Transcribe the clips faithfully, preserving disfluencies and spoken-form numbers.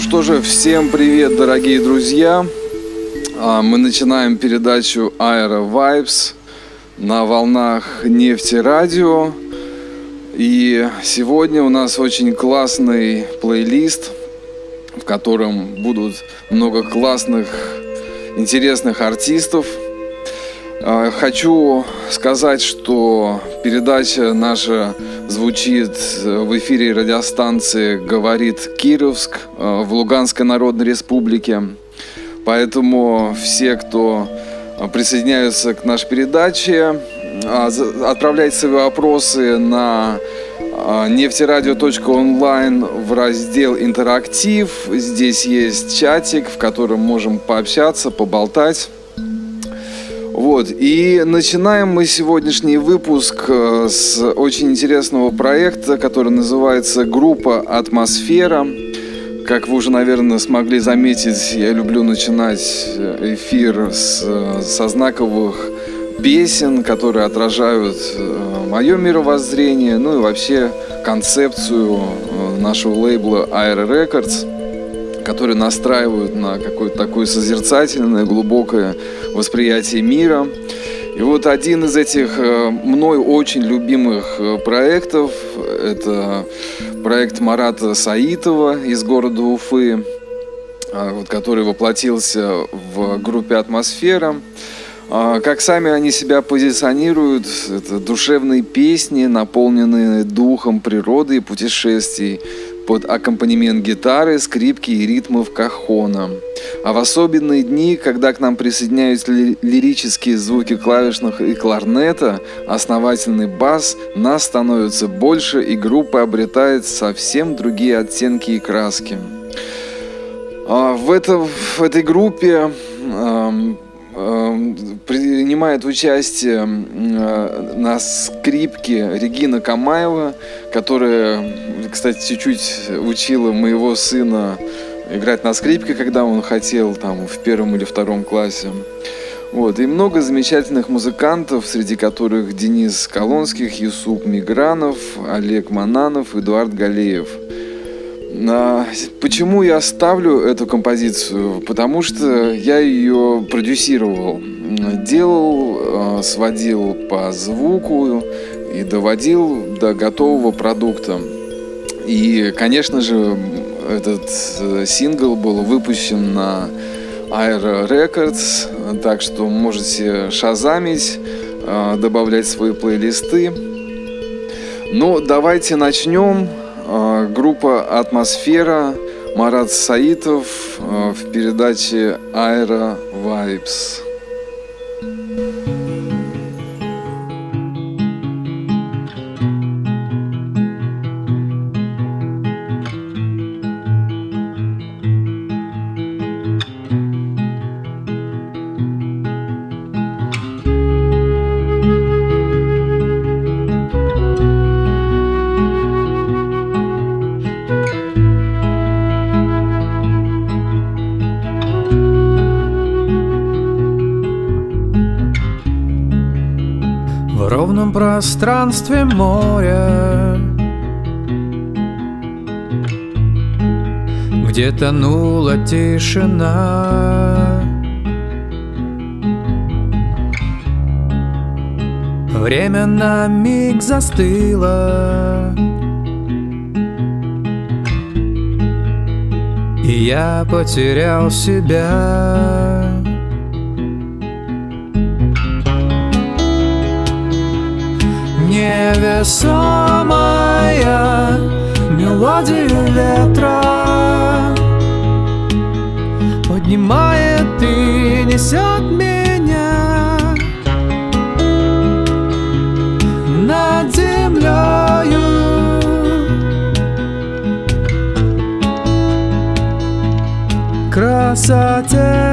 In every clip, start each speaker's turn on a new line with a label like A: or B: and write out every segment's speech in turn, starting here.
A: что же, всем привет, дорогие друзья. Мы начинаем передачу Aero Vibes на волнах Нефтерадио. И сегодня у нас очень классный плейлист, в котором будут много классных, интересных артистов. Хочу сказать, что передача наша звучит в эфире радиостанции «Говорит Кировск» в Луганской Народной Республике. Поэтому все, кто присоединяются к нашей передаче, отправляйте свои вопросы на нефтерадио точка онлайн в раздел «Интерактив». Здесь есть чатик, в котором можем пообщаться, поболтать. Вот, и начинаем мы сегодняшний выпуск с очень интересного проекта, который называется «Группа Атмосфера». Как вы уже, наверное, смогли заметить, я люблю начинать эфир с, со знаковых песен, которые отражают мое мировоззрение, ну и вообще концепцию нашего лейбла Aero Records, которые настраивают на какое-то такое созерцательное, глубокое восприятие мира. И вот один из этих мной очень любимых проектов – это проект Марата Саитова из города Уфы, который воплотился в группе «Атмосфера». Как сами они себя позиционируют, это душевные песни, наполненные духом природы и путешествий, под аккомпанемент гитары, скрипки и ритмов кахона. А в особенные дни, когда к нам присоединяются лирические звуки клавишных и кларнета, основательный бас, нас становится больше, и группа обретает совсем другие оттенки и краски. В, это, в этой группе принимает участие на скрипке Регина Камаева, которая, кстати, чуть-чуть учила моего сына играть на скрипке, когда он хотел, там, в первом или втором классе. Вот. И много замечательных музыкантов, среди которых Денис Колонских, Юсуп Мигранов, Олег Мананов, Эдуард Галеев. Почему я ставлю эту композицию? Потому что я ее продюсировал, делал, сводил по звуку и доводил до готового продукта. И, конечно же, этот сингл был выпущен на Aero Records, так что можете шазамить, добавлять в свои плейлисты. Ну, давайте начнем. Группа «Атмосфера», Марат Саитов в передаче Aero Vibes.
B: В ровном пространстве моря, где тонула тишина, время на миг застыло, и я потерял себя. Невесомая мелодия ветра поднимает и несет меня над землею. Красоте.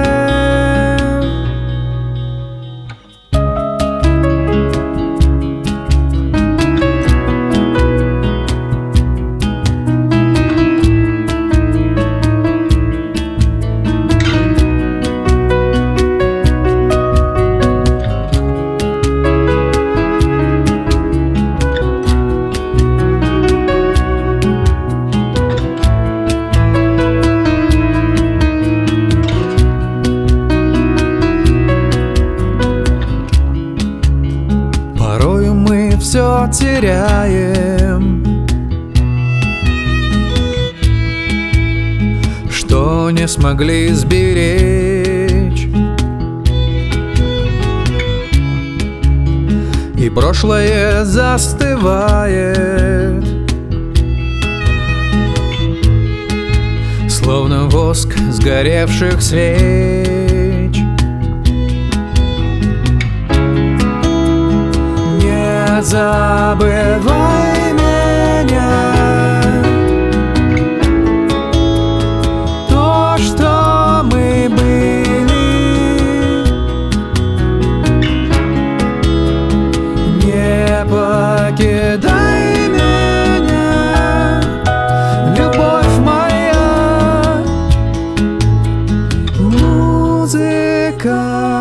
B: все теряем, что не смогли сберечь. И прошлое застывает, словно воск сгоревших свеч. Не забывай меня, то, что мы были. Не покидай меня, любовь моя, музыка.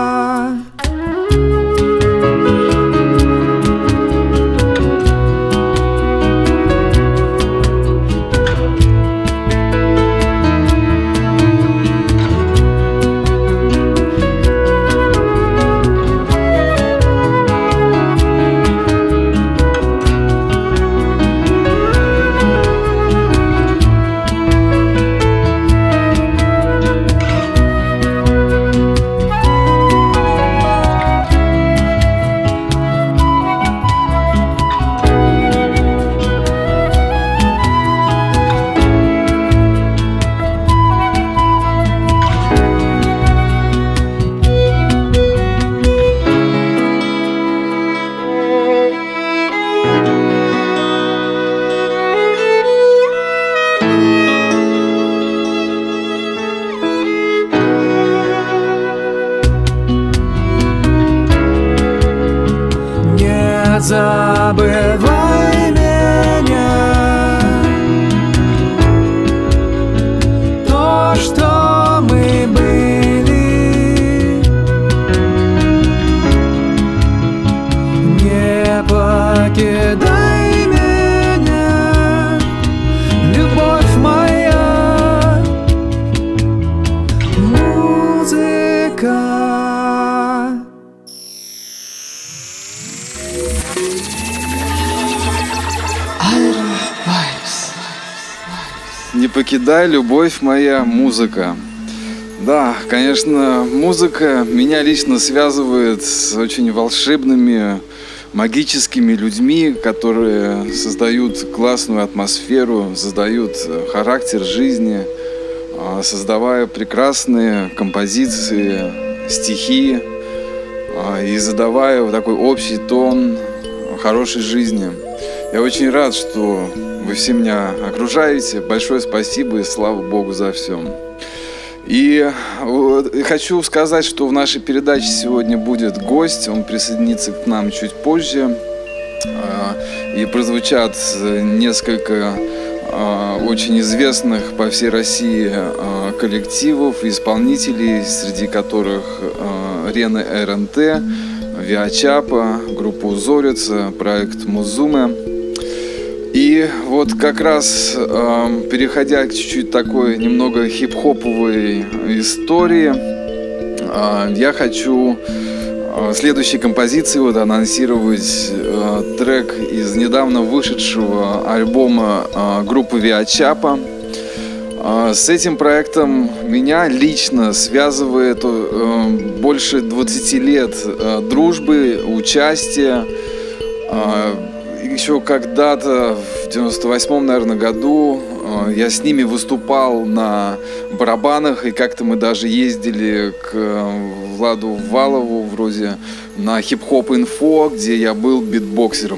B: Не забывай меня, то, что мы были. Не покидай меня, любовь моя, музыка.
A: Не покидай, любовь моя, музыка. Да, конечно, музыка меня лично связывает с очень волшебными, магическими людьми, которые создают классную атмосферу, создают характер жизни, создавая прекрасные композиции, стихи и задавая вот такой общий тон хорошей жизни. Я очень рад, что вы все меня окружаете. Большое спасибо и слава Богу за все. И хочу сказать, что в нашей передаче сегодня будет гость. Он присоединится к нам чуть позже. И прозвучат несколько очень известных по всей России коллективов и исполнителей, среди которых Рена РНТ, Виачапа, группа Узорица, проект Музуме. И вот как раз, э, переходя к чуть-чуть такой немного хип-хоповой истории, э, я хочу э, следующей композиции вот анонсировать э, трек из недавно вышедшего альбома э, группы Виачапа. Э, с этим проектом меня лично связывает э, больше двадцати лет э, дружбы, участия. Э, Еще когда-то, в девяносто восьмом, наверное, году я с ними выступал на барабанах, и как-то мы даже ездили к Владу Валову вроде на хип-хоп-инфо, где я был битбоксером.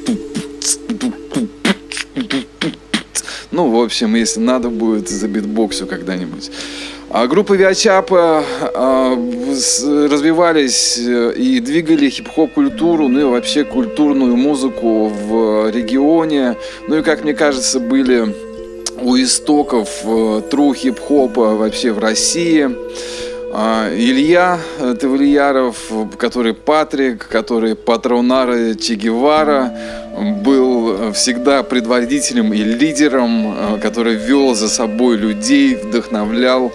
A: Ну, в общем, если надо будет, за битбоксу когда-нибудь. А группа Виачапа развивались и двигали хип-хоп-культуру, ну и вообще культурную музыку в регионе. Ну и, как мне кажется, были у истоков тру хип-хопа вообще в России. Илья Тавлияров, который Патрик, который Патронара Че Гевара, был всегда предводителем и лидером, который вел за собой людей, вдохновлял,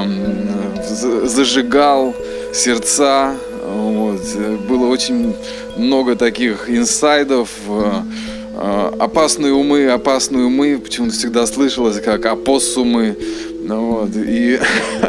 A: зажигал сердца. Вот. Было очень много таких инсайдов. Опасные умы, опасные умы, почему-то всегда слышалось как опоссумы. Вот. И,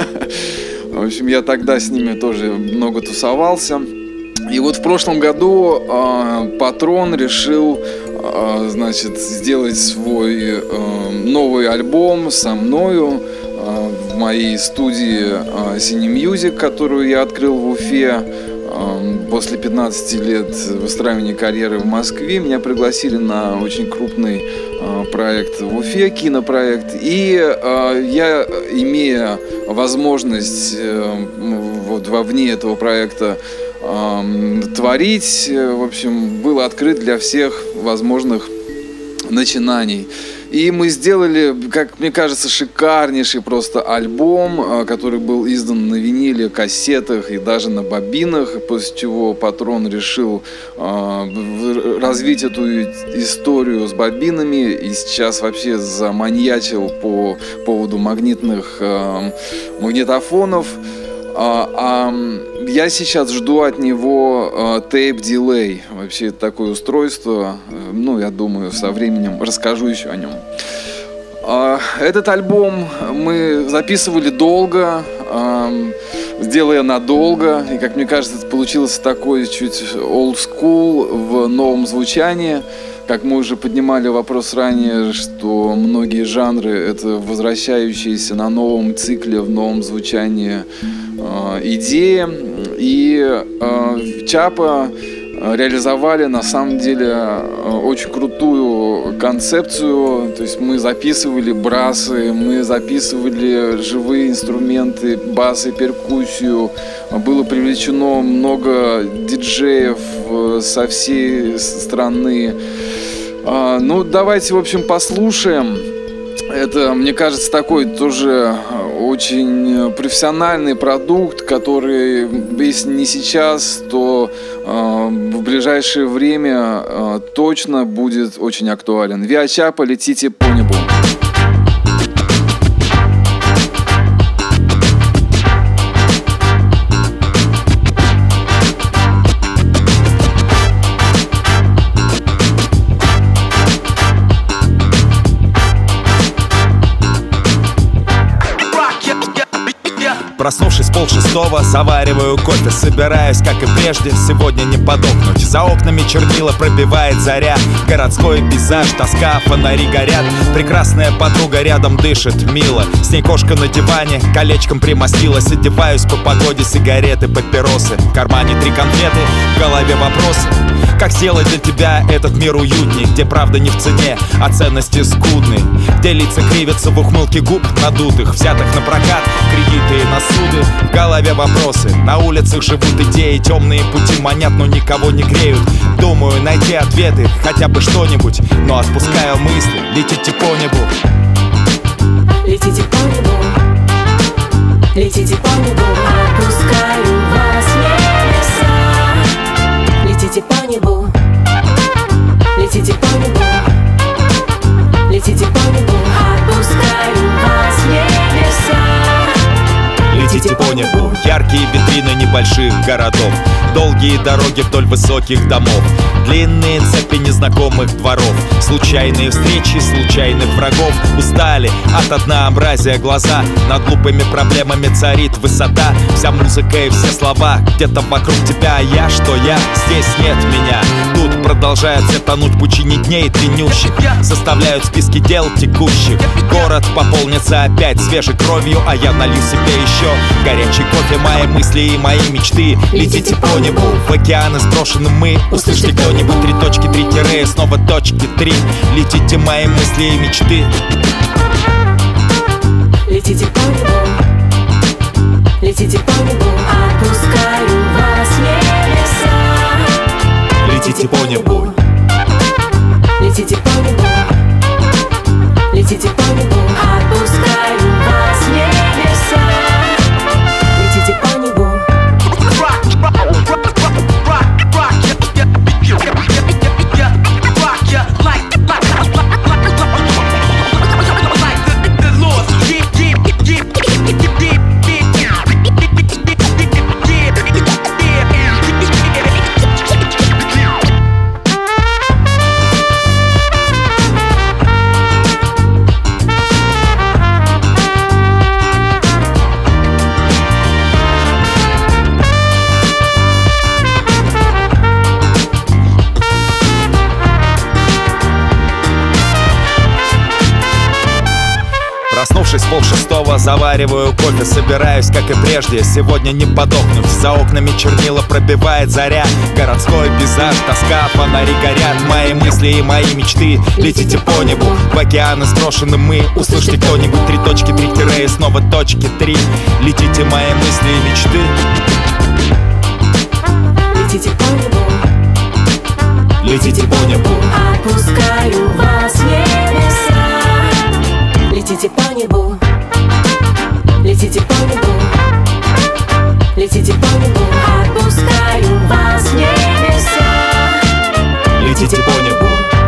A: в общем, я тогда с ними тоже много тусовался. И вот в прошлом году э, Патрон решил, э, значит, сделать свой э, новый альбом со мною э, в моей студии э, Cinemusic, которую я открыл в Уфе. После пятнадцати лет выстраивания карьеры в Москве меня пригласили на очень крупный э, проект в Уфе, кинопроект. И э, я, имея возможность э, вот вовне этого проекта э, творить, в общем, был открыт для всех возможных начинаний. И мы сделали, как мне кажется, шикарнейший просто альбом, который был издан на виниле, кассетах и даже на бобинах, после чего Патрон решил э, развить эту историю с бобинами и сейчас вообще заманьячил по поводу магнитных э, магнитофонов. А, а я сейчас жду от него Tape Delay. Вообще это такое устройство. Ну, я думаю, со временем расскажу еще о нем. А, этот альбом мы записывали долго, а, сделая надолго. И, как мне кажется, это получилось такой чуть old school в новом звучании. Как мы уже поднимали вопрос ранее, что многие жанры — это возвращающиеся на новом цикле, в новом звучании э, идеи. И э, Чапа реализовали на самом деле э, очень крутую концепцию. То есть мы записывали брасы, мы записывали живые инструменты, басы, перкуссию. Было привлечено много диджеев э, со всей страны. Uh, ну, давайте, в общем, послушаем. Это, мне кажется, такой тоже очень профессиональный продукт, который, если не сейчас, то uh, в ближайшее время uh, точно будет очень актуален. Виа Чапа, летите по небу.
C: Проснувшись полшестого, завариваю кофе, собираюсь, как и прежде, сегодня не подохнуть. За окнами чернила пробивает заря, городской пейзаж, тоска, фонари горят. Прекрасная подруга рядом дышит, мило. С ней кошка на диване, колечком примостилась. Одеваюсь по погоде, сигареты, папиросы. В кармане три конфеты, в голове вопросы. Как сделать для тебя этот мир уютней, где правда не в цене, а ценности скудны, где лица кривятся в ухмылке губ надутых, взятых на прокат, кредиты и на суды. В голове вопросы, на улицах живут идеи, темные пути манят, но никого не греют. Думаю найти ответы, хотя бы что-нибудь, но отпускаю мысли, летите по небу.
D: Летите по небу, летите по небу, отпускаю вас в небеса. Летите по небу, летите по небу, летите по небу, отпускаю вас в небеса.
C: Летите по небу, яркие витрины небольших городов, долгие дороги вдоль высоких домов, длинные цепи незнакомых дворов, случайные встречи случайных врагов. Устали от однообразия глаза, над глупыми проблемами царит высота. Вся музыка и все слова где-то вокруг тебя, а я, что я, здесь нет меня. Тут продолжают все тонуть в пучине дней длиннющих, составляют списки дел текущих. Город пополнится опять свежей кровью, а я налью себе еще горячий кофе. Мои мысли и мои мечты, летите по небу, в океаны сброшены мы. Услышьте кто-нибудь три точки, три тире, снова точки три. Летите мои мысли и мечты.
D: Летите по небу, летите по небу, отпускаю вас в небеса.
C: Летите по небу,
D: летите по небу, летите по небу, отпускаю вас в небеса. Летите по небу.
C: снова завариваю кофе, собираюсь, как и прежде. Сегодня не подохнуть, за окнами чернила пробивает заря. Городской пейзаж, тоска, фонари горят. Мои мысли и мои мечты, летите по небу. В океаны сброшены мы, услышьте кто-нибудь. Три точки, три тире и снова точки, три. Летите мои мысли и мечты.
D: Летите по небу,
C: летите по небу.
D: отпускаю вас в небеса. Летите по небу, летите по небу, летите по небу, отпускаю вас в небеса.
C: Летите по небу.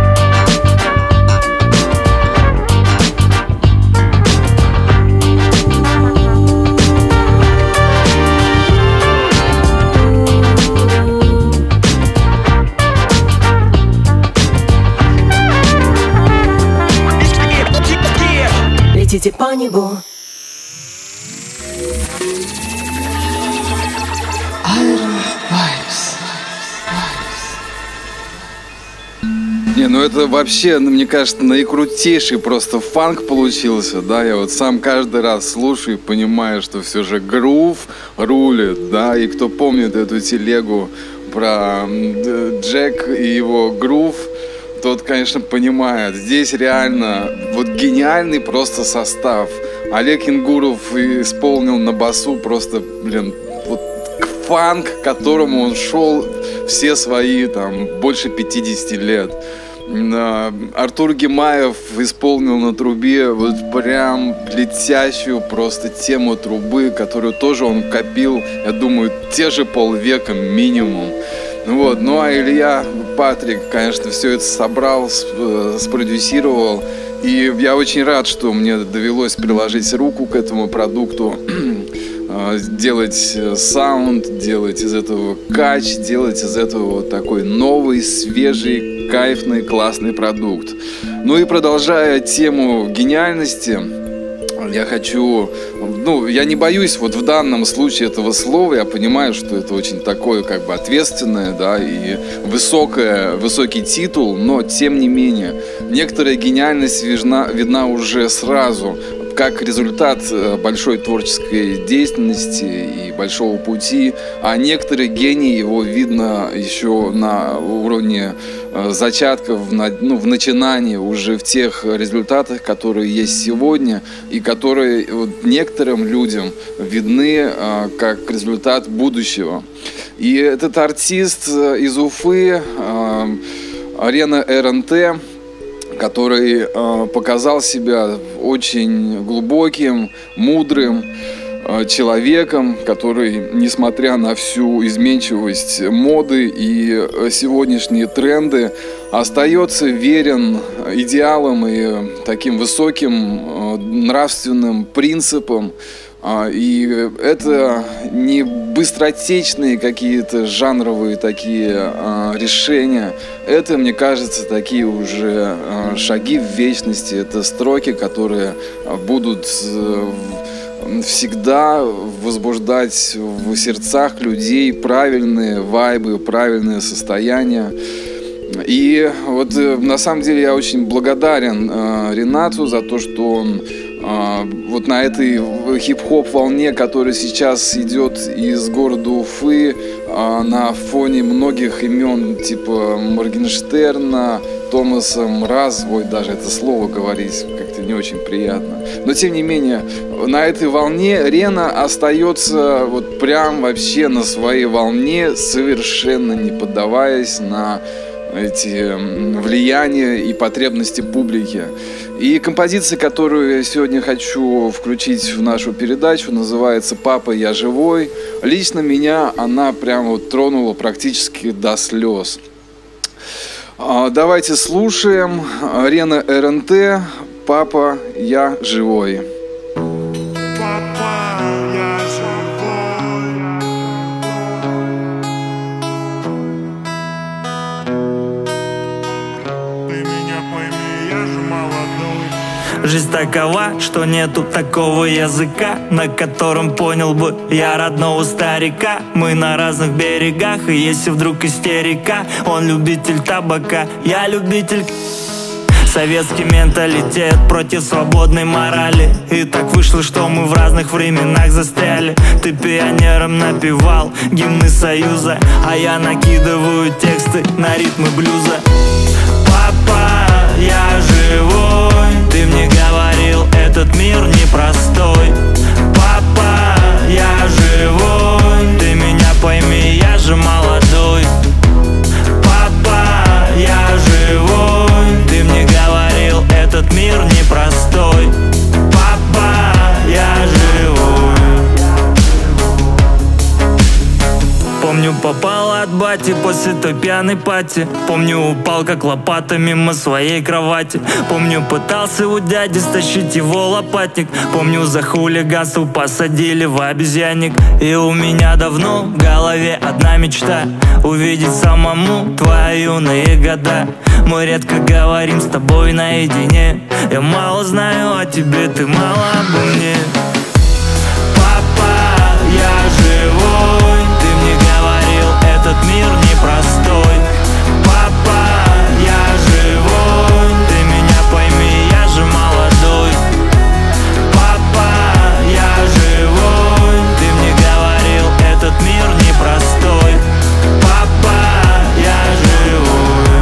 D: Летите по небу.
A: Не, ну это вообще, ну, мне кажется, наикрутейший просто фанк получился, да, я вот сам каждый раз слушаю и понимаю, что все же грув рулит, да, и кто помнит эту телегу про Джек и его грув, тот, конечно, понимает, здесь реально вот гениальный просто состав. Олег Ингуров исполнил на басу просто, блин, вот фанк, к которому он шел все свои, там, больше пятидесяти лет. Артур Гимаев исполнил на трубе вот прям летящую просто тему трубы, которую тоже он копил, я думаю, те же полвека минимум. Вот. Ну а Илья Патрик, конечно, все это собрал, спродюсировал. И я очень рад, что мне довелось приложить руку к этому продукту, делать саунд, делать из этого кач, делать из этого вот такой новый, свежий, кайфный, классный продукт. Ну и продолжая тему гениальности, я хочу, ну, я не боюсь вот в данном случае этого слова, я понимаю, что это очень такое как бы ответственное, да, и высокое, высокий титул, но тем не менее, некоторая гениальность видна, видна уже сразу, как результат большой творческой деятельности и большого пути, а некоторые гении его видно еще на уровне зачатков, ну, в начинании, уже в тех результатах, которые есть сегодня и которые вот некоторым людям видны как результат будущего. И этот артист из Уфы, Арена РНТ, который э, показал себя очень глубоким, мудрым э, человеком, который, несмотря на всю изменчивость моды и э, сегодняшние тренды, остается верен идеалам и таким высоким э, нравственным принципам. И это не быстротечные какие-то жанровые такие а, решения. Это, мне кажется, такие уже а, шаги в вечности. Это строки, которые будут всегда возбуждать в сердцах людей правильные вайбы, правильные состояния. И вот на самом деле я очень благодарен а, Ренату за то, что он вот на этой хип-хоп волне, которая сейчас идет из города Уфы, на фоне многих имен типа Моргенштерна, Томаса Мраз, ой, даже это слово говорить как-то не очень приятно. Но тем не менее, на этой волне Рена остается вот прям вообще на своей волне, совершенно не поддаваясь на эти влияния и потребности публики. И композиция, которую я сегодня хочу включить в нашу передачу, называется «Папа, я живой». Лично меня она прям вот тронула практически до слез. Давайте слушаем. Арена РНТ «Папа, я живой».
E: Жизнь такова, что нету такого языка, на котором понял бы я родного старика. Мы на разных берегах, и если вдруг истерика, он любитель табака, я любитель. Советский менталитет против свободной морали. И так вышло, что мы в разных временах застряли. Ты пионером напевал гимны Союза, а я накидываю тексты на ритмы блюза. Папа, я живой, ты мне говорил, этот мир непростой. Папа, я живой, ты меня пойми, я же молодой. Папа, я живой, ты мне говорил, этот мир непростой. Папа, я живой. Помню, попал от бати после той пьяной пати. Помню, упал как лопата мимо своей кровати. Помню, пытался у дяди стащить его лопатник. Помню, за хулиганство посадили в обезьянник. И у меня давно в голове одна мечта: увидеть самому твои юные года. Мы редко говорим с тобой наедине. Я мало знаю о тебе, ты мало обо мне. Папа, я живой, ты мне говорил, этот мир непростой. Папа, я живой, ты меня пойми, я же молодой. Папа, я живой, ты мне говорил, этот мир непростой. Папа, я живой.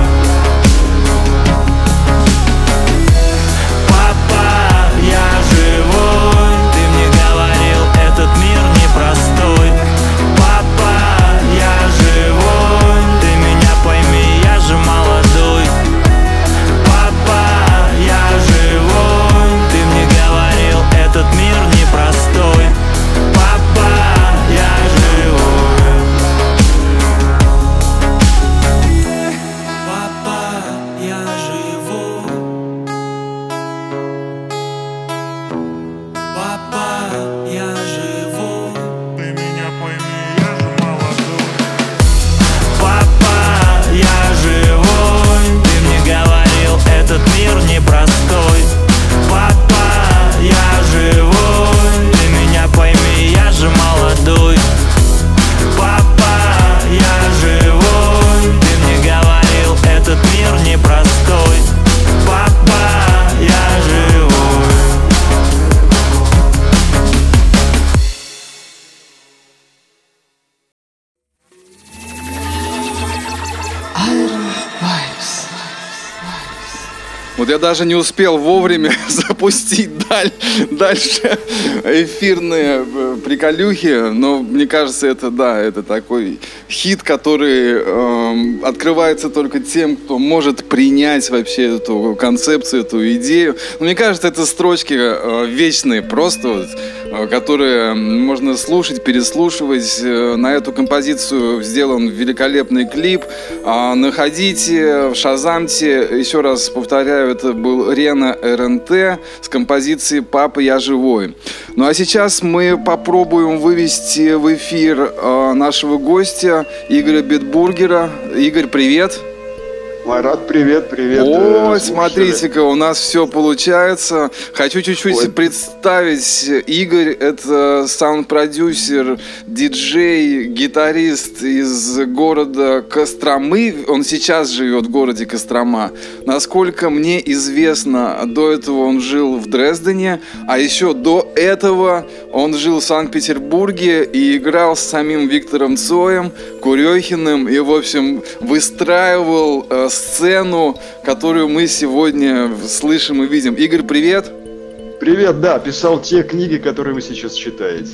E: Папа, я живой, ты мне говорил, этот мир непростой. Папа, я живой, ты меня пойми, я же молодой. Папа, я живой, ты мне говорил, этот мир непростой. Папа, я живой. Папа, я живой. Папа, я живой. Ты меня пойми, я же молодой. Папа, я живой, ты мне говорил, этот мир непростой. Папа, я живой, ты меня пойми, я же молодой. Папа, я живой, ты мне говорил, этот мир непростой. Папа, я живой.
A: Вот я даже не успел вовремя запустить даль, дальше эфирные э, приколюхи, но мне кажется, это да, это такой хит, который э, открывается только тем, кто может принять вообще эту концепцию, эту идею. Но мне кажется, это строчки э, вечные, просто вот, э, которые можно слушать, переслушивать. Э, на эту композицию сделан великолепный клип. Э, находите в Шазамте, еще раз повторяю, это был Рена РНТ с композицией «Папа, я живой». Ну а сейчас мы попробуем вывести в эфир э, нашего гостя Игоря Битбургера. Игорь, привет!
F: Марат, привет, привет.
A: Ой, смотрите-ка, у нас все получается. Хочу чуть-чуть Ой. представить. Игорь — это саунд-продюсер, диджей, гитарист из города Костромы. Он сейчас живет в городе Кострома. Насколько мне известно, до этого он жил в Дрездене, а еще до этого он жил в Санкт-Петербурге и играл с самим Виктором Цоем, Курехиным, и, в общем, выстраивал э, сцену, которую мы сегодня слышим и видим. Игорь, привет!
F: Привет, да, писал те книги, которые вы сейчас читаете.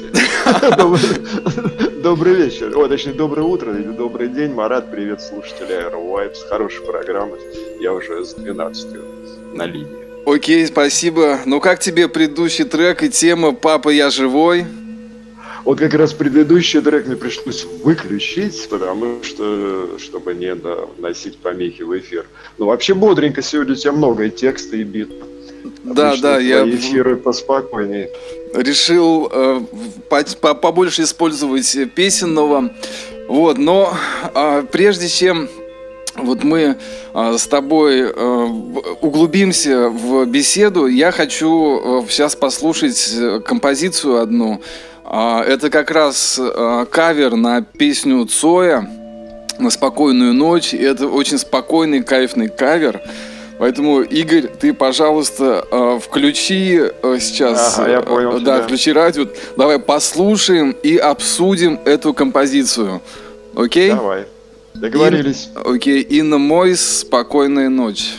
F: Добрый вечер, о, точнее, доброе утро или добрый день. Марат, привет, слушатели Aerovibes, хорошая программа. Я уже с двенадцатью на линии.
A: Окей, спасибо. Ну как тебе предыдущий трек и тема «Папа, я живой»?
F: Вот как раз предыдущий трек мне пришлось выключить, потому что, чтобы не носить помехи в эфир. Ну, вообще бодренько, сегодня у тебя много и текста, и бит.
A: Да,
F: Обычно
A: да, я
F: эфиры поспокойнее.
A: решил э, по побольше использовать песенного. Вот, но э, прежде чем вот мы э, с тобой э, углубимся в беседу, я хочу э, сейчас послушать композицию одну. Это как раз кавер на песню Цоя «На спокойную ночь». И это очень спокойный, кайфный кавер. Поэтому, Игорь, ты, пожалуйста, э, включи э, сейчас,
F: Ага, я понял
A: э, да,
F: тебя.
A: включи радио. Давай послушаем и обсудим эту композицию. Окей?
F: Давай. Договорились.
A: Ин- Окей. Инна Мойс, «Спокойная ночь».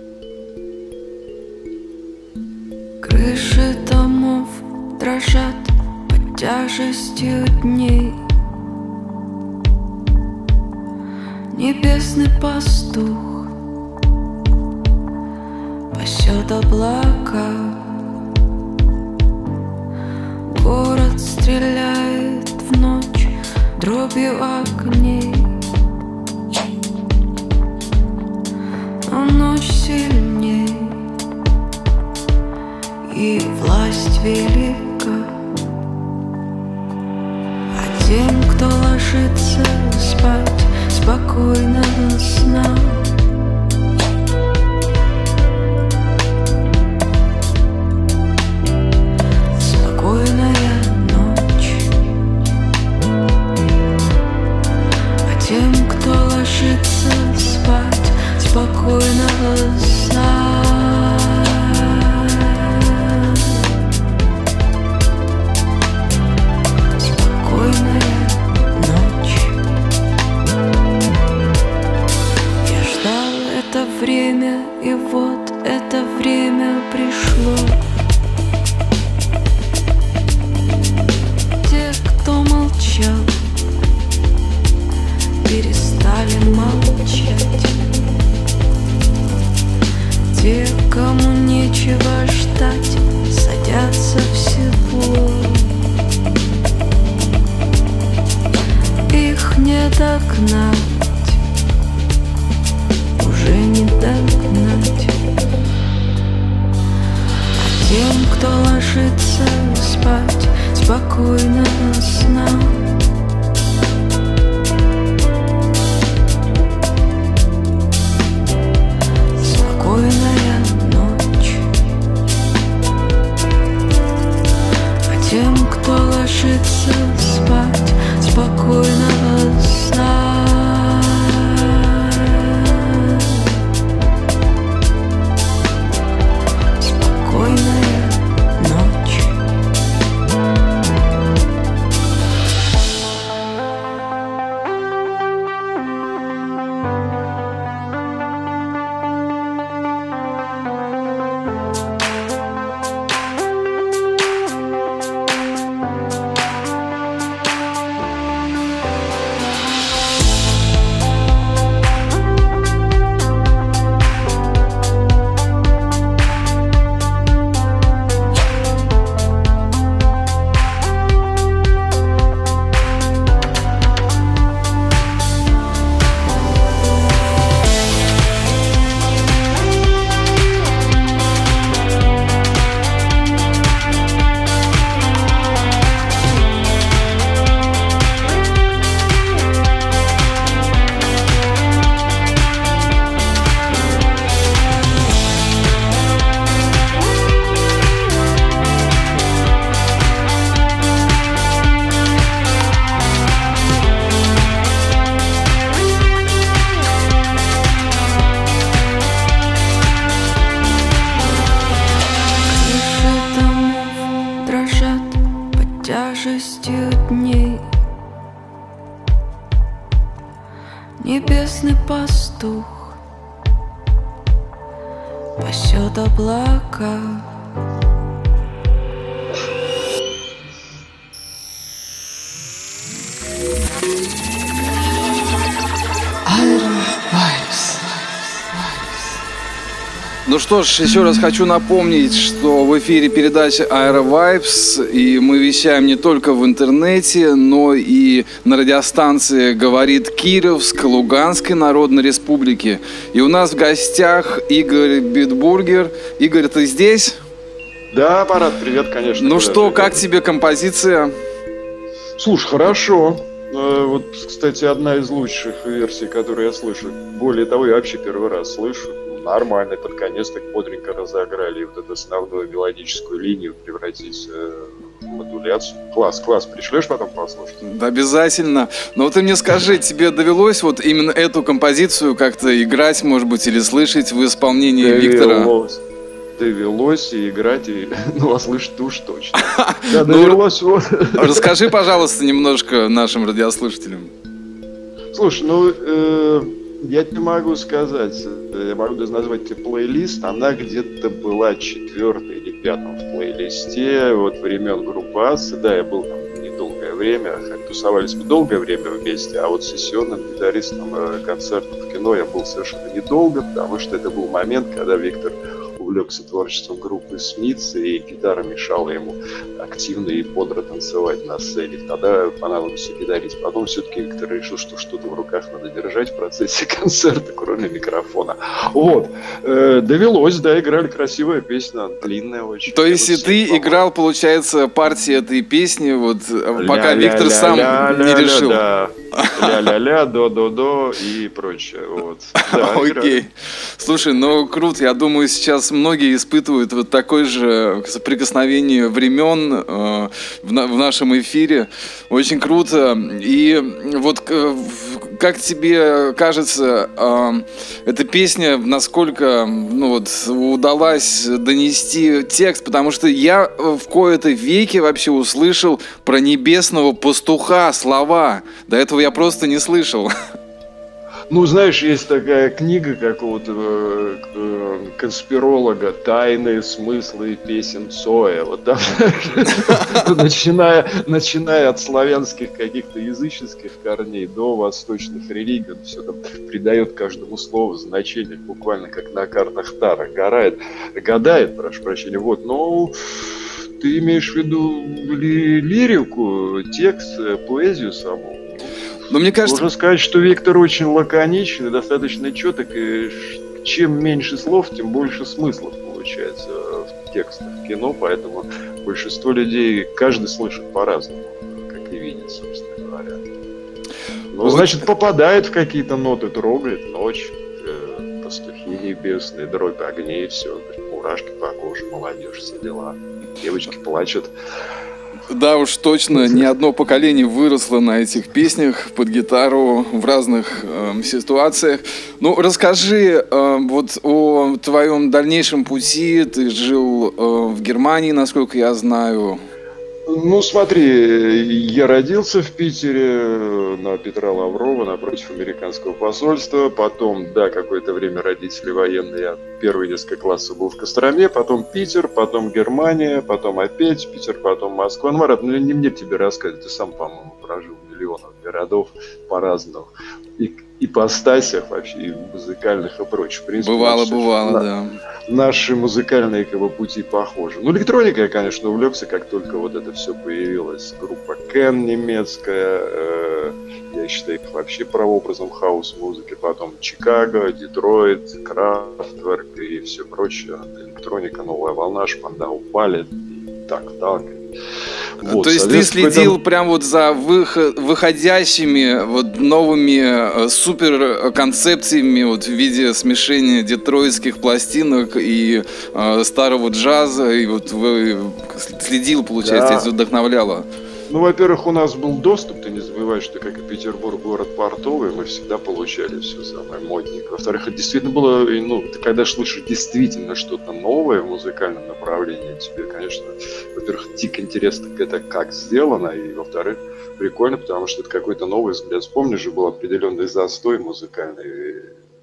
B: Крыши домов дрожат под тяжестью дней. Небесный пастух пасет облака. Город стреляет в ночь дробью огней. Но ночь сильней, и власть велика. А тем, кто ложится спать спокойного сна, спокойная ночь. А тем, кто ложится спать спокойного сна, спокойная ночь. Я ждал это время, и вот это время пришло. Те, кто молчал, перестали молчать. Те, кому нечего ждать, садятся в седло. Их не догнать, уже не догнать. А тем, кто ложится спать спокойного сна, спокойная ночь. А тем, кто ложится спать спокойного сна, спокойная ночь. Тяжестью дней. Небесный пастух пасет облака.
A: Ну что ж, еще раз хочу напомнить, что в эфире передача Aero Vibes, и мы вещаем не только в интернете, но и на радиостанции «Говорит Кировск» Луганской Народной Республики. И у нас в гостях Игорь Битбургер. Игорь, ты здесь?
F: Да, Парад, привет, конечно.
A: Ну
F: куда
A: что,
F: же.
A: как тебе композиция?
F: Слушай, хорошо. Э, Вот, кстати, одна из лучших версий, которую я слышу. Более того, я вообще первый раз слышу. Нормально, под конец так бодренько разыграли. И вот эту основную мелодическую линию превратить э, модуляцию. Класс, класс. Пришлешь потом послушать?
A: Да, обязательно. Но вот ты мне скажи, тебе довелось вот именно эту композицию как-то играть, может быть, или слышать в исполнении Виктора?
F: Довелось. Довелось и играть, и, ну, а слышать уж точно. Да, довелось. Вот.
A: Расскажи, пожалуйста, немножко нашим радиослушателям.
F: Слушай, ну, э, я тебе могу сказать, я могу даже назвать тебе плейлист, она где-то была четвертой или пятом в плейлисте, вот времен группы Асы, да, я был там недолгое время, тусовались мы долгое время вместе, а вот сессионным гитаристом э, концертов в кино я был совершенно недолго, потому что это был момент, когда Виктор увлекся творчеством группы Смитс, и гитара мешала ему активно и бодро танцевать на сцене. Тогда понадобился гитарист. Потом все-таки Виктор решил, что что-то в руках надо держать в процессе концерта, кроме микрофона. Вот. Э, довелось, да, играли красивая песня, длинная очень.
A: То есть и ты играл, получается, партии этой песни, вот пока Виктор сам не решил.
F: Да. Ля-ля-ля, до-до-до и прочее. Вот. Да,
A: окей. Слушай, ну круто. Я думаю, сейчас многие испытывают вот такое же соприкосновение времен э, в, на, в нашем эфире. Очень круто. И вот э, как тебе кажется, э, эта песня, насколько ну, вот, удалась донести текст? Потому что я в кои-то веки вообще услышал про небесного пастуха слова. До этого я просто не слышал.
F: Ну, знаешь, есть такая книга какого-то э, конспиролога «Тайные смыслы песен Цоя». Вот там, начиная, начиная от славянских каких-то языческих корней до восточных религий, он все там придает каждому слову значение, буквально как на картах Таро. Гадает, гадает, прошу прощения. Вот, ну, ты имеешь в виду ли, лирику, текст, поэзию саму?
A: Но мне кажется...
F: Можно сказать, что Виктор очень лаконичный, достаточно четок, и чем меньше слов, тем больше смыслов получается в текстах кино, поэтому большинство людей, каждый слышит по-разному, как и видит, собственно говоря. Ну, вот. Значит, попадает в какие-то ноты, трогает ночь, э, пастухи небесные, дробь огней, все, мурашки по коже, молодежь, все дела. Девочки плачут.
A: Да уж точно, ни одно поколение выросло на этих песнях под гитару в разных э, ситуациях. Ну, расскажи э, вот о твоем дальнейшем пути. Ты жил э, в Германии, насколько я знаю.
F: Ну, смотри, я родился в Питере на Петра Лаврова, напротив американского посольства. Потом, да, какое-то время родители военные. Я первые несколько классов был в Костроме, потом Питер, потом Германия, потом опять Питер, потом Москва. Ну, Марат, ну не мне тебе рассказывать, ты сам, по-моему, прожил в миллионах городов по-разному. И ипостасях вообще, и музыкальных и прочих. В принципе,
A: бывало,
F: наши,
A: бывало,
F: на,
A: да.
F: Наши музыкальные как бы, пути похожи. Ну, электроникой я, конечно, увлекся, как только вот это все появилось. Группа Кен немецкая, э, я считаю их вообще прообразом хаус-музыки. Потом Чикаго, Детройт, Крафтверк и все прочее. Электроника, новая волна, Шпандау Балет, и так, так.
A: Вот, то есть ты следил этом... прям вот за выход, выходящими вот новыми э, супер концепциями вот в виде смешения детройтских пластинок и э, старого джаза, и вот вы следил, получается, да. Это вдохновляло.
F: Ну, во-первых, у нас был доступ, ты не забывай, что как и Петербург город портовый, мы всегда получали все самое модненькое. Во-вторых, это действительно было, ну, ты когда слышишь действительно что-то новое в музыкальном направлении, тебе, конечно, во-первых, дико интересно, это как сделано, и, во-вторых, прикольно, потому что это какой-то новый взгляд. Вспомни же, был определенный застой музыкальный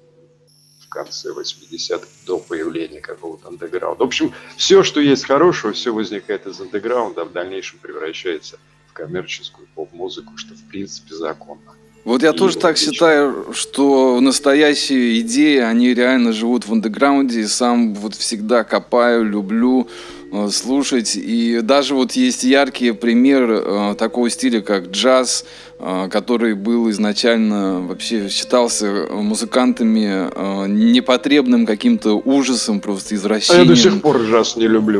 F: в конце восьмидесятых до появления какого-то андеграунда. В общем, все, что есть хорошего, все возникает из андеграунда, а в дальнейшем превращается в коммерческую поп-музыку, что в принципе законно.
A: Вот я и тоже так отлично. Считаю, что настоящие идеи, они реально живут в андеграунде, и сам вот всегда копаю, люблю э, слушать. И даже вот есть яркий пример э, такого стиля, как джаз, э, который был изначально вообще считался музыкантами э, непотребным каким-то ужасом, просто извращением.
F: А я до сих пор джаз не люблю.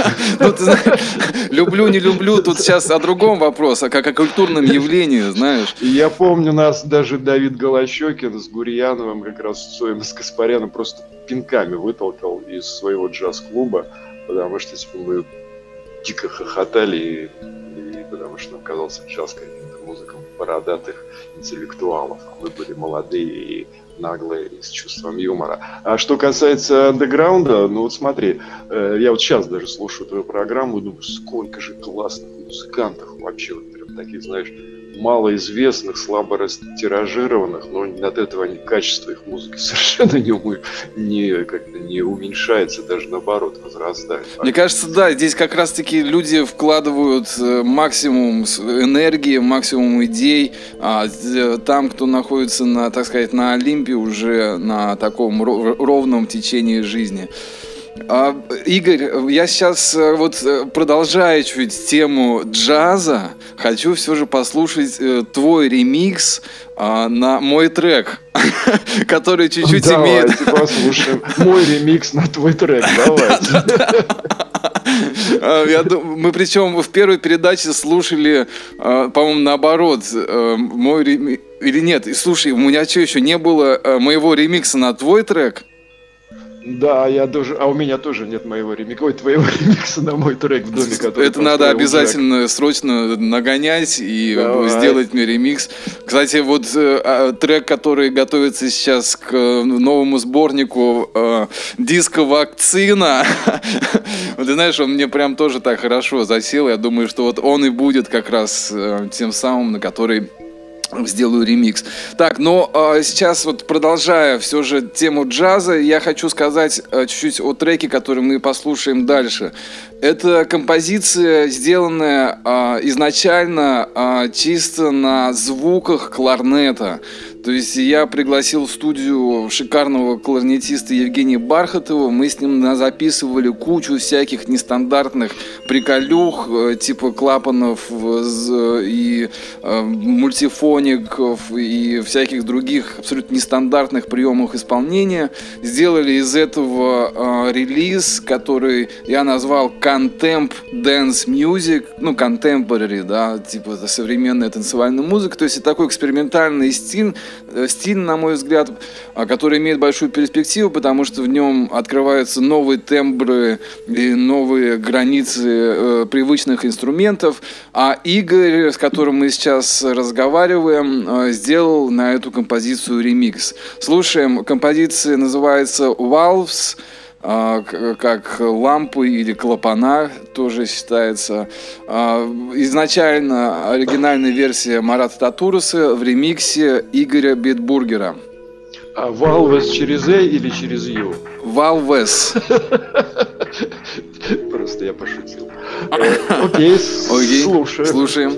A: Люблю, не люблю, тут сейчас о другом вопрос, а как о культурном явлении, знаешь.
F: Я помню, нас даже Давид Голощекин с Гурьяновым, как раз с Цоем и с Каспаряном, просто пинками вытолкал из своего джаз-клуба, потому что типа, мы дико хохотали, и, и потому что нам казался джаз каким-то музыком бородатых интеллектуалов, а мы были молодые и наглые и с чувством юмора. А что касается андеграунда, ну вот смотри, э, я вот сейчас даже слушаю твою программу, думаю, сколько же классных музыкантов вообще, вот прям таких, знаешь, малоизвестных, слабо растиражированных, но от этого они, качество их музыки совершенно не, умы, не, как-то не уменьшается, даже наоборот возрастает.
A: Мне кажется, да, здесь как раз-таки люди вкладывают максимум энергии, максимум идей, а там, кто находится на, так сказать, на Олимпе, уже на таком ровном течении жизни. А, Игорь, я сейчас вот продолжая чуть тему джаза, хочу все же послушать э, твой ремикс э, на мой трек, который чуть-чуть имеет...
F: Давайте послушаем мой ремикс на твой трек, давайте.
A: Я думаю, мы причем в первой передаче слушали, э, по-моему, наоборот, э, мой ремикс... Или нет, слушай, у меня что, еще не было э, моего ремикса на твой трек?
F: Да, я тоже, а у меня тоже нет моего ремикса, ой, твоего ремикса на мой трек в доме, который
A: это надо обязательно Джек. Срочно нагонять и Давай. Сделать мне ремикс. Кстати, вот э, трек, который готовится сейчас к новому сборнику э, «Диско Вакцина», ты знаешь, он мне прям тоже так хорошо засел. Я думаю, что вот он и будет как раз э, тем самым, на который сделаю ремикс. Так, но э, сейчас вот продолжая все же тему джаза, я хочу сказать э, чуть-чуть о треке, который мы послушаем дальше. Это композиция, сделанная э, изначально э, чисто на звуках кларнета. То есть я пригласил в студию шикарного кларнетиста Евгения Бархатова. Мы с ним записывали кучу всяких нестандартных приколюх, типа клапанов и мультифоников и всяких других абсолютно нестандартных приемов исполнения. Сделали из этого релиз, который я назвал Contemp Dance Music, ну, contemporary, да, типа это современная танцевальная музыка. То есть это такой экспериментальный стиль, стиль, на мой взгляд, который имеет большую перспективу, потому что в нем открываются новые тембры и новые границы э, привычных инструментов. А Игорь, с которым мы сейчас разговариваем, э, сделал на эту композицию ремикс. Слушаем, композиция называется «Valves», как лампы или клапана тоже считается. Изначально оригинальная версия Марата Татуруса в ремиксе Игоря Битбургера.
F: А Valves через «э» или через «ю»?
A: Valves.
F: Просто я пошутил. Окей, слушаем.
A: Слушаем.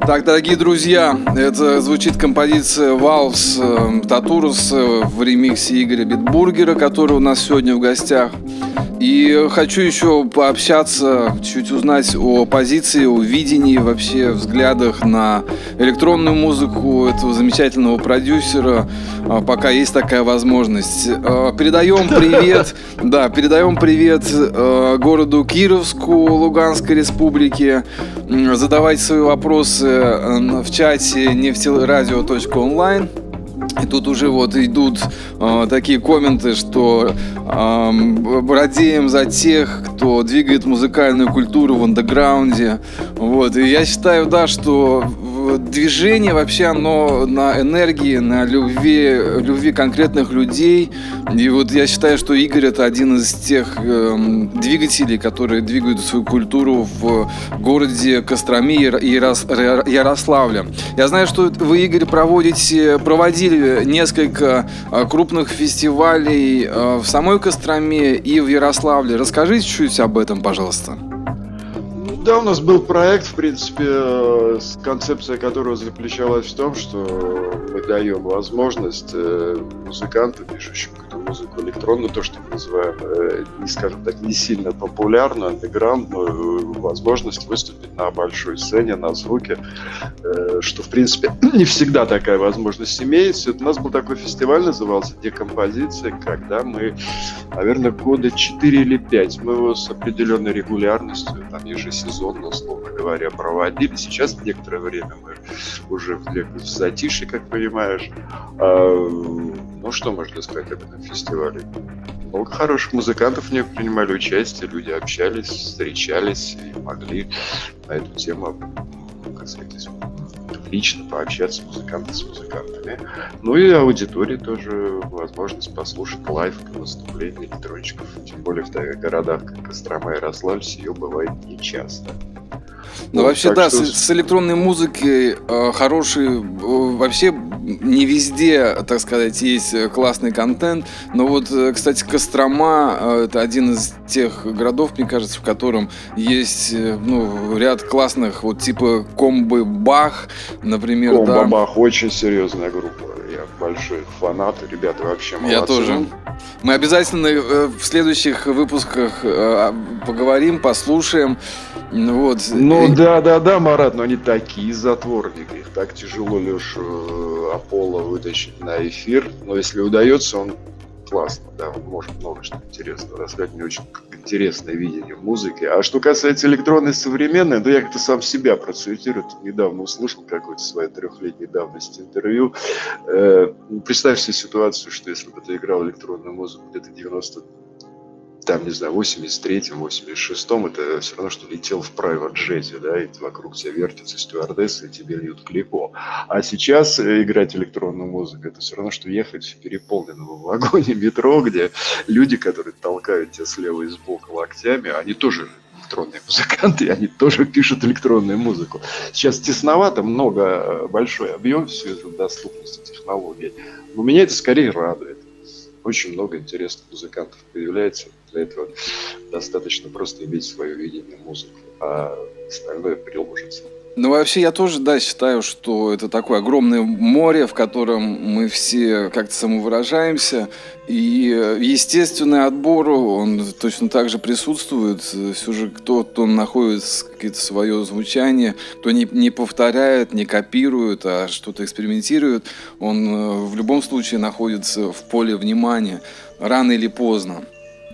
A: Так, дорогие друзья, это звучит композиция «Валс» Татурус в ремиксе Игоря Битбургера, который у нас сегодня в гостях. И хочу еще пообщаться, чуть узнать о позиции, о видении, вообще взглядах на электронную музыку этого замечательного продюсера, пока есть такая возможность. Передаем привет, да, передаем привет городу Кировску Луганской Республики. Задавайте свои вопросы в чате нефтерадио точка онлайн. И тут уже вот идут э, такие комменты, что э, радеем за тех, кто двигает музыкальную культуру в андеграунде. Вот. И я считаю, да, что движение вообще оно на энергии, на любви, любви конкретных людей. И вот я считаю, что Игорь — это один из тех э, двигателей, которые двигают свою культуру в городе Костроме и Ярос, Ярославле. Я знаю, что вы, Игорь, проводите, проводили несколько крупных фестивалей в самой Костроме и в Ярославле. Расскажите чуть об этом, пожалуйста.
F: Да, у нас был проект, в принципе, концепция которого заключалась в том, что мы даем возможность музыкантам, пишущим какую-то музыку электронную, то, что мы называем, не скажем так, не сильно популярную, андеграундную, возможность выступить на большой сцене, на звуке, что, в принципе, не всегда такая возможность имеется. У нас был такой фестиваль, назывался «Декомпозиция», когда мы, наверное, года четыре или пять, мы его с определенной регулярностью, там, ежесезонно, условно говоря, проводили. Сейчас некоторое время мы уже в затишье, как понимаешь. А, ну, что можно сказать об этом фестивале? Много хороших музыкантов в нем принимали участие, люди общались, встречались и могли на эту тему, как сказать, лично пообщаться музыканты с музыкантами. Ну и аудитории тоже возможность послушать лайв выступления электронщиков. Тем более в таких городах, как Кострома и Ярославль, ее бывает нечасто.
A: Ну,
F: вот,
A: вообще, да,
F: что...
A: с, с электронной музыкой э, хороший, э, вообще не везде, так сказать, есть классный контент, но вот, э, кстати, Кострома э, это один из тех городов, мне кажется, в котором есть, э, ну, ряд классных, вот типа Комбы Бах, например,
F: Комбо
A: да.
F: Бах очень серьезная группа, я большой фанат, ребята вообще молодцы.
A: Я тоже. Мы обязательно э, в следующих выпусках э, поговорим, послушаем. Вот.
F: Ну да, да, да, Марат, но они такие затворники, их так тяжело Лешу Аполло вытащить на эфир, но если удается, он классно, да, он может много что интересного рассказать, мне очень интересное видение музыки. А что касается электронной современной, да я как-то сам себя процитирую, тут недавно услышал какое-то своей трехлетней давности интервью. Э, представь себе ситуацию, что если бы ты играл электронную музыку где-то девяносто там, не знаю, в восемьдесят третьем, восемьдесят шестом, это все равно, что летел в private джете, да, и вокруг тебя вертятся стюардессы, и тебе льют клико. А сейчас играть электронную музыку, это все равно, что ехать в переполненном вагоне метро, где люди, которые толкают тебя слева и сбоку локтями, они тоже электронные музыканты, и они тоже пишут электронную музыку. Сейчас тесновато, много, большой объем в связи с доступностью технологий, но меня это скорее радует. Очень много интересных музыкантов появляется. Для этого достаточно просто иметь свое видение музыки, а остальное приложится.
A: Ну, вообще, я тоже, да, считаю, что это такое огромное море, в котором мы все как-то самовыражаемся. И естественный отбор, он точно так же присутствует. Все же кто-то находит какое-то свое звучание, кто не, не повторяет, не копирует, а что-то экспериментирует, он в любом случае находится в поле внимания, рано или поздно.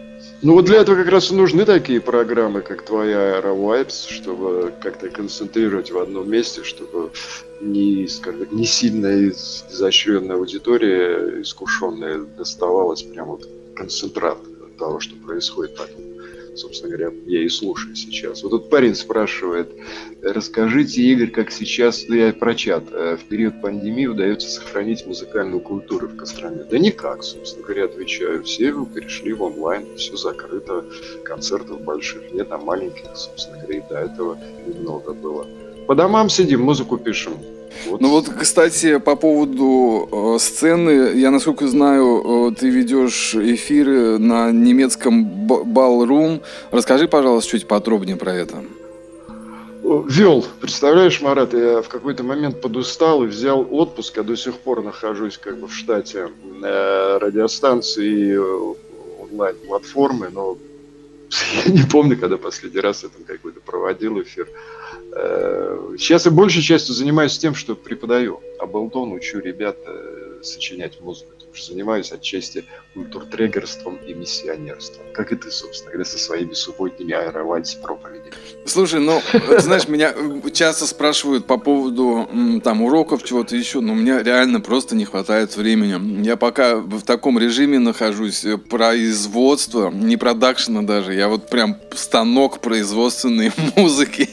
F: Ну вот для этого как раз и нужны такие программы, как твоя AeroVibes, чтобы как-то концентрировать в одном месте, чтобы не, скажем, не сильно изощренная аудитория, искушенная, доставалась прямо вот концентрат того, что происходит. Поэтому, собственно говоря, я и слушаю сейчас. Вот тут парень спрашивает: расскажите, Игорь, как сейчас, ну я про чат, в период пандемии удается сохранить музыкальную культуру в Костроме? Да никак, собственно говоря, отвечаю. Все перешли в онлайн, все закрыто, концертов больших нет, а маленьких, собственно говоря, и до этого немного было. По домам сидим, музыку пишем. Вот.
A: Ну вот, кстати, по поводу э, сцены, я, насколько знаю, э, ты ведешь эфиры на немецком Ballroom. Расскажи, пожалуйста, чуть подробнее про это.
F: Вел, представляешь, Марат, я в какой-то момент подустал и взял отпуск, я до сих пор нахожусь как бы в штате э, радиостанции и онлайн-платформы, но я не помню, когда последний раз я там какой-то проводил эфир. Э, сейчас я большей частью занимаюсь тем, что преподаю, Абелтон, учу ребят э, сочинять музыку. Занимаюсь отчасти культуртрегерством и миссионерством. Как и ты, собственно, когда со своими субботними аэровальс проповедями.
A: Слушай, ну, ты знаешь, меня часто спрашивают по поводу там уроков, чего-то еще, но у меня реально просто не хватает времени. Я пока в таком режиме нахожусь производства, не продакшена даже, я вот прям станок производственной музыки.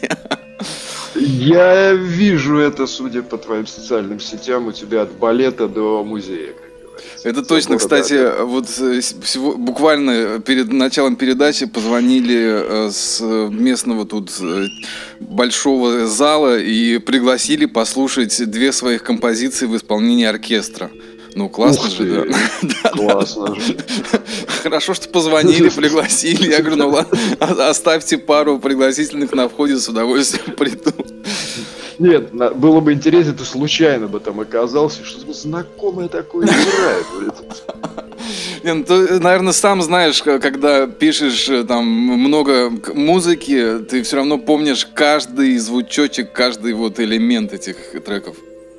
F: Я вижу это, судя по твоим социальным сетям, у тебя от балета до музея.
A: Это точно, кстати, вот всего, буквально перед началом передачи позвонили с местного тут большого зала и пригласили послушать две своих композиции в исполнении оркестра. Ну, классно же, да.
F: Классно же.
A: Хорошо, что позвонили, пригласили. Я говорю, ну ладно, оставьте пару пригласительных на входе, с удовольствием приду.
F: Нет, было бы интересно, ты случайно бы там оказался, что-то знакомое такое играет.
A: Не, ну, ты, наверное, сам знаешь, когда пишешь там много музыки, ты все равно помнишь каждый звучочек, каждый вот элемент этих треков.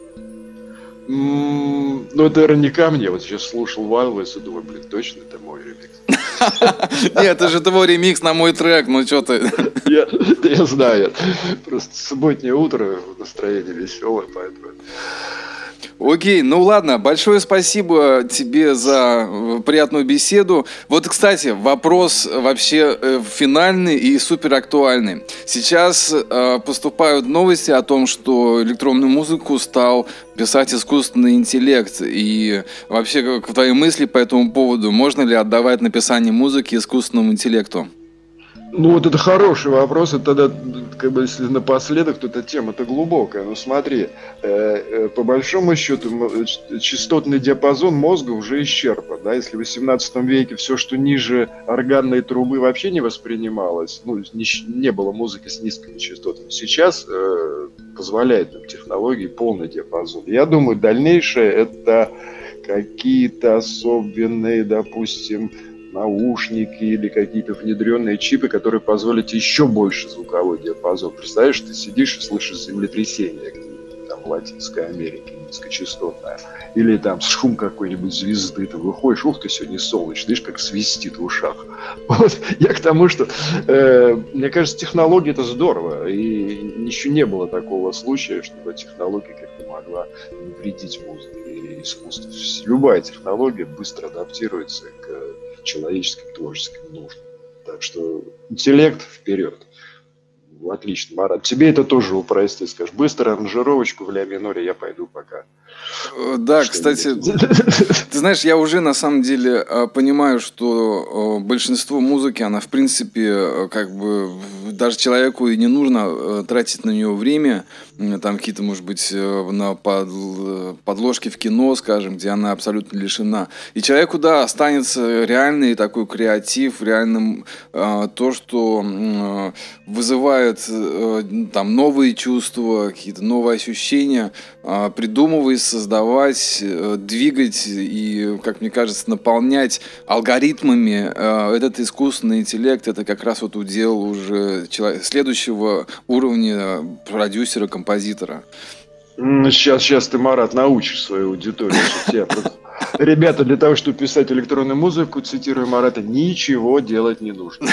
F: Mm, ну, это наверное, не ко мне. Вот сейчас слушал Вайлвес и думаю, блин, точно это мой ремикс.
A: Нет, это же твой ремикс на мой трек, ну что ты.
F: Я, я знаю, просто субботнее утро, настроение веселое, поэтому...
A: Окей, ну ладно, большое спасибо тебе за приятную беседу. Вот, кстати, вопрос вообще э, финальный и супер актуальный. Сейчас э, поступают новости о том, что электронную музыку стал писать искусственный интеллект. И вообще, как твои мысли по этому поводу? Можно ли отдавать написание музыки искусственному интеллекту?
F: Ну вот это хороший вопрос, это тогда, как бы, если напоследок, то эта тема-то глубокая. Ну смотри, э, э, по большому счету частотный диапазон мозга уже исчерпан, да, если в восемнадцатом веке все, что ниже органной трубы, вообще не воспринималось, ну, не, не было музыки с низкими частотами, сейчас э, позволяет нам технологии полный диапазон. Я думаю, дальнейшее это какие-то особенные, допустим, наушники или какие-то внедренные чипы, которые позволят еще больше звуковой диапазон. Представляешь, ты сидишь и слышишь землетрясение где-нибудь там в Латинской Америке, низкочастотное, или там шум какой-нибудь звезды, ты выходишь, ух ты, сегодня солнечно, видишь, как свистит в ушах. Вот, я к тому, что э, мне кажется, технология это здорово, и еще не было такого случая, чтобы технология как-то могла вредить музыке или искусству. Любая технология быстро адаптируется к человеческим творческим нуждам. Так что интеллект вперед. Отлично, Марат. Тебе это тоже упростит. Скажешь, быстро аранжировочку в ля миноре, я пойду пока.
A: Да, кстати, ты знаешь, я уже на самом деле понимаю, что большинство музыки, она в принципе, как бы, даже человеку и не нужно тратить на нее время, там какие-то, может быть, на подложки в кино, скажем, где она абсолютно лишена. И человеку, да, останется реальный такой креатив, реальным то, что вызывает там новые чувства, какие-то новые ощущения, придумывать, создавать, двигать и, как мне кажется, наполнять алгоритмами этот искусственный интеллект. Это как раз вот удел уже человека, следующего уровня продюсера, композитора.
F: Сейчас, сейчас ты, Марат, научишь свою аудиторию. Ребята, для того, чтобы писать электронную музыку, цитирую Марата, ничего делать не нужно.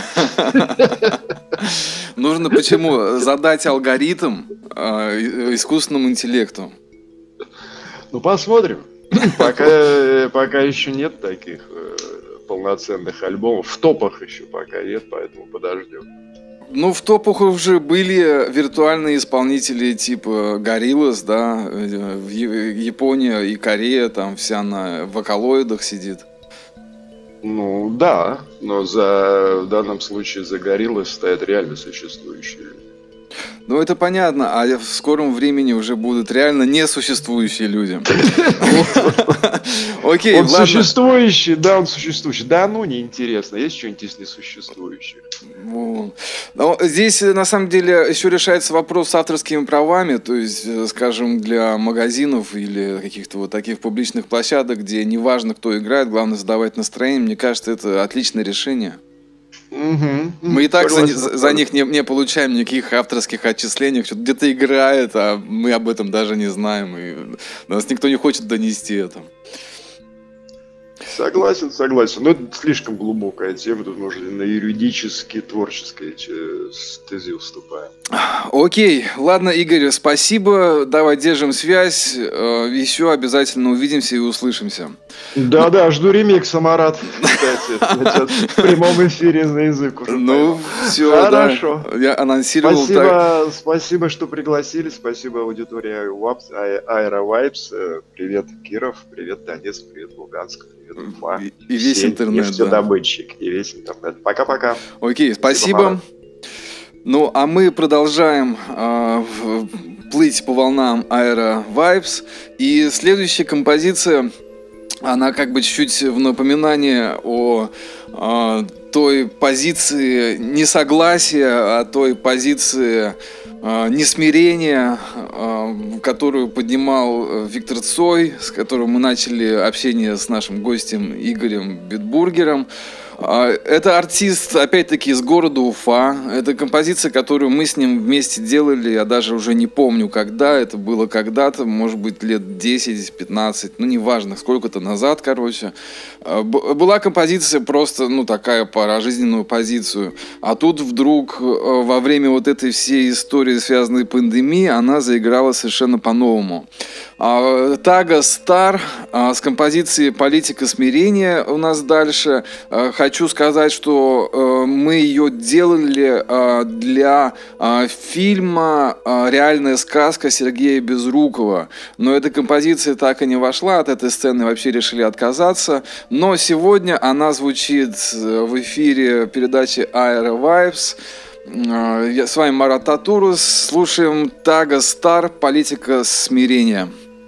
A: Нужно почему? Задать алгоритм искусственному интеллекту.
F: Ну, посмотрим. Пока, пока еще нет таких э, полноценных альбомов. В топах еще пока нет, поэтому подождем.
A: Ну, в топах уже были виртуальные исполнители типа Gorillaz, да, в Япония и Корея, там вся на вокалоидах сидит.
F: Ну, да, но за, в данном случае за Gorillaz стоят реально существующие люди.
A: Ну, это понятно, а в скором времени уже будут реально несуществующие люди. Окей,
F: он
A: ладно.
F: существующий, да, он существующий. Да, ну, неинтересно. Есть что-нибудь из несуществующих?
A: Но здесь, на самом деле, еще решается вопрос с авторскими правами. То есть, скажем, для магазинов или каких-то вот таких публичных площадок, где неважно, кто играет, главное задавать настроение. Мне кажется, это отличное решение.
F: Угу.
A: Мы и так за, за них не, не получаем никаких авторских отчислений. Что-то где-то играет, а мы об этом даже не знаем. И нас никто не хочет донести это.
F: Согласен, согласен. Но это слишком глубокая тема. Тут можно на юридические, творческие стези уступаем.
A: Окей. Ладно, Игорь, спасибо. Давай держим связь. Еще обязательно увидимся и услышимся.
F: Да-да, жду ремикса, Марат. Кстати, в прямом эфире на язык уже.
A: Ну, все,
F: хорошо.
A: Да. Я анонсировал.
F: Спасибо,
A: так.
F: спасибо, что пригласили. Спасибо аудитории Aira Vibes. Привет, Киров. Привет, Донецк. Привет, Луганск. Привет, Уфа.
A: И, и весь
F: Все
A: интернет.
F: Нефтедобытчик. Да. И весь интернет. Пока-пока.
A: Окей, спасибо. спасибо. Ну, а мы продолжаем э, плыть по волнам Aira Vibes. И следующая композиция, она как бы чуть-чуть в напоминание о, о той позиции несогласия, о той позиции э, несмирения, э, которую поднимал Виктор Цой, с которым мы начали общение с нашим гостем Игорем Битбургером. Это артист, опять-таки, из города Уфа. Это композиция, которую мы с ним вместе делали. Я даже уже не помню, когда. Это было когда-то, может быть, лет десять-пятнадцать. Ну, неважно, сколько-то назад, короче. Была композиция просто, ну, такая пора, жизненную позицию. А тут вдруг во время вот этой всей истории, связанной с пандемией, она заиграла совершенно по-новому. Тага Стар с композицией «Политика смирения» у нас дальше. Хочу сказать, что мы ее делали для фильма «Реальная сказка» Сергея Безрукова. Но эта композиция так и не вошла, от этой сцены вообще решили отказаться. Но сегодня она звучит в эфире передачи Aira Vibes. Я с вами Марат Татурус. Слушаем Тага Стар «Политика смирения».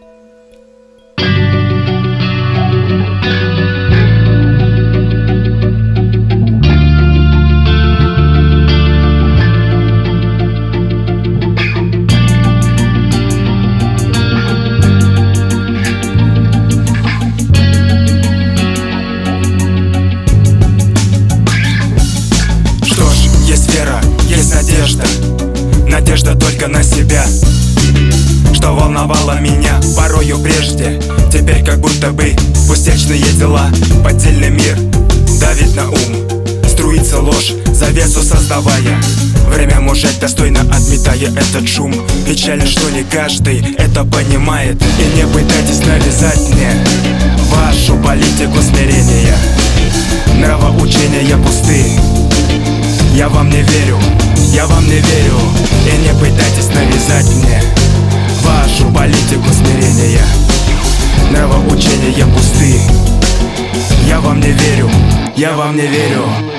G: Надежда только на себя, что волновало меня порою прежде. Теперь как будто бы пустячные дела, поддельный мир давит на ум, струится ложь, завесу создавая. Время мужать достойно, отметая этот шум. Печально, что не каждый это понимает. И не пытайтесь навязать мне вашу политику смирения. Нравоучения пусты, я вам не верю, я вам не верю. И не пытайтесь навязать мне вашу политику смирения. Нравоучения пусты, я вам не верю, я вам не верю.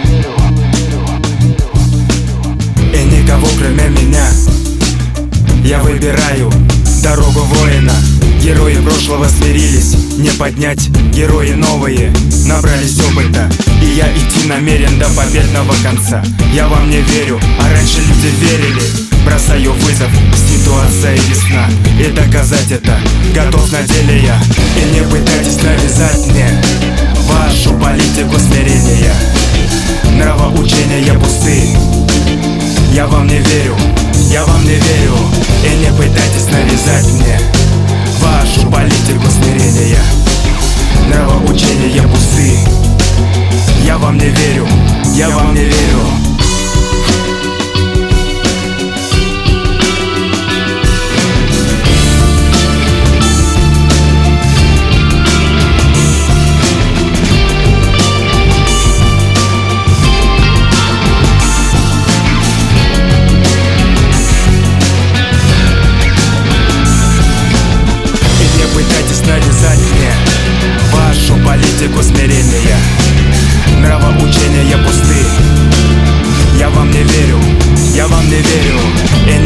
G: И никого кроме меня. Я выбираю дорогу воина. Герои прошлого смирились, не поднять. Герои новые набрались опыта, и я идти намерен до победного конца. Я вам не верю, а раньше люди верили. Бросаю вызов, ситуация ясна, и доказать это готов на деле я. И не пытайтесь навязать мне вашу политику смирения. Нравоучения пусты, я вам не верю, я вам не верю. И не пытайтесь навязать мне вашу политику смирения. Нравоучения пусты, я вам не верю, я вам не верю. Политику смирения, нравоучения пусты, я вам не верю, я вам не верю. И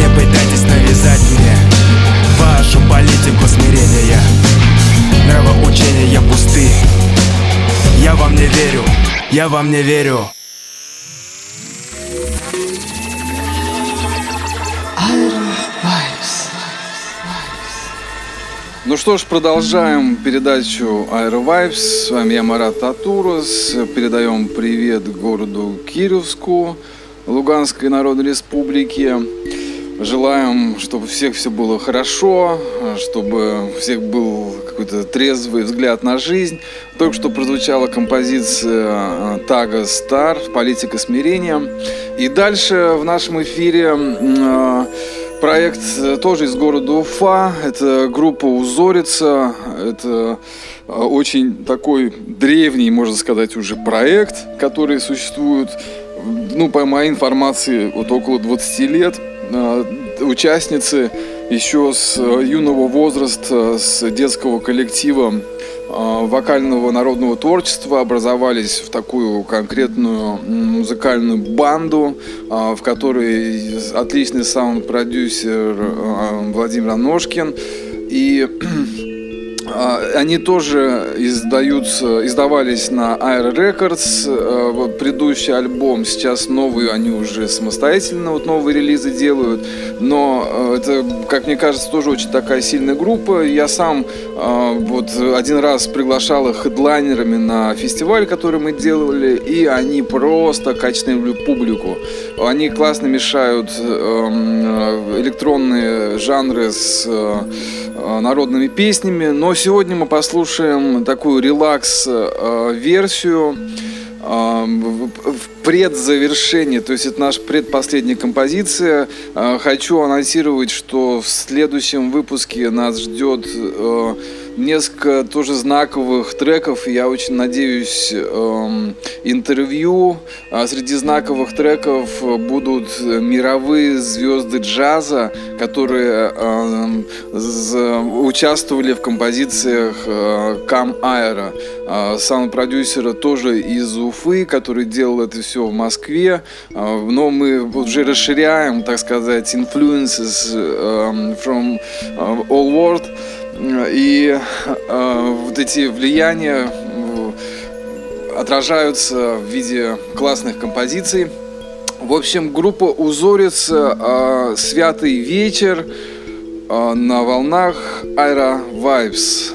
G: я вам не верю.
A: Ну что ж, продолжаем передачу Aero Vibes. С вами я, Марат Татурос. Передаем привет городу Кировску, Луганской Народной Республике. Желаем, чтобы у всех все было хорошо, чтобы у всех был какой-то трезвый взгляд на жизнь. Только что прозвучала композиция Тага Стар «Политика смирения». И дальше в нашем эфире проект тоже из города Уфа. Это группа «Узорица». Это очень такой древний, можно сказать, уже проект, который существует, ну, по моей информации, вот около двадцати лет. Участницы еще с юного возраста, с детского коллектива вокального народного творчества образовались в такую конкретную музыкальную банду, в которой отличный саунд-продюсер Владимир Аношкин. И они тоже издаются, издавались на Aero Records. Вот предыдущий альбом, сейчас новый, они уже самостоятельно вот новые релизы делают. Но это, как мне кажется, тоже очень такая сильная группа. Я сам вот один раз приглашал их хедлайнерами на фестиваль, который мы делали, и они просто качнули публику. Они классно мешают электронные жанры с народными песнями, но сегодня мы послушаем такую релакс-версию в предзавершении, то есть это наша предпоследняя композиция. Хочу анонсировать, что в следующем выпуске нас ждет несколько тоже знаковых треков. Я очень надеюсь, интервью. Среди знаковых треков будут мировые звезды джаза, которые участвовали в композициях Come Aero. Саунд-продюсера тоже из Уфы, который делал это все в Москве. Но мы уже расширяем, так сказать, influences from all world. И э, вот эти влияния отражаются в виде классных композиций. В общем, группа «Узорица», э, «Святый вечер» э, на волнах Aero Vibes.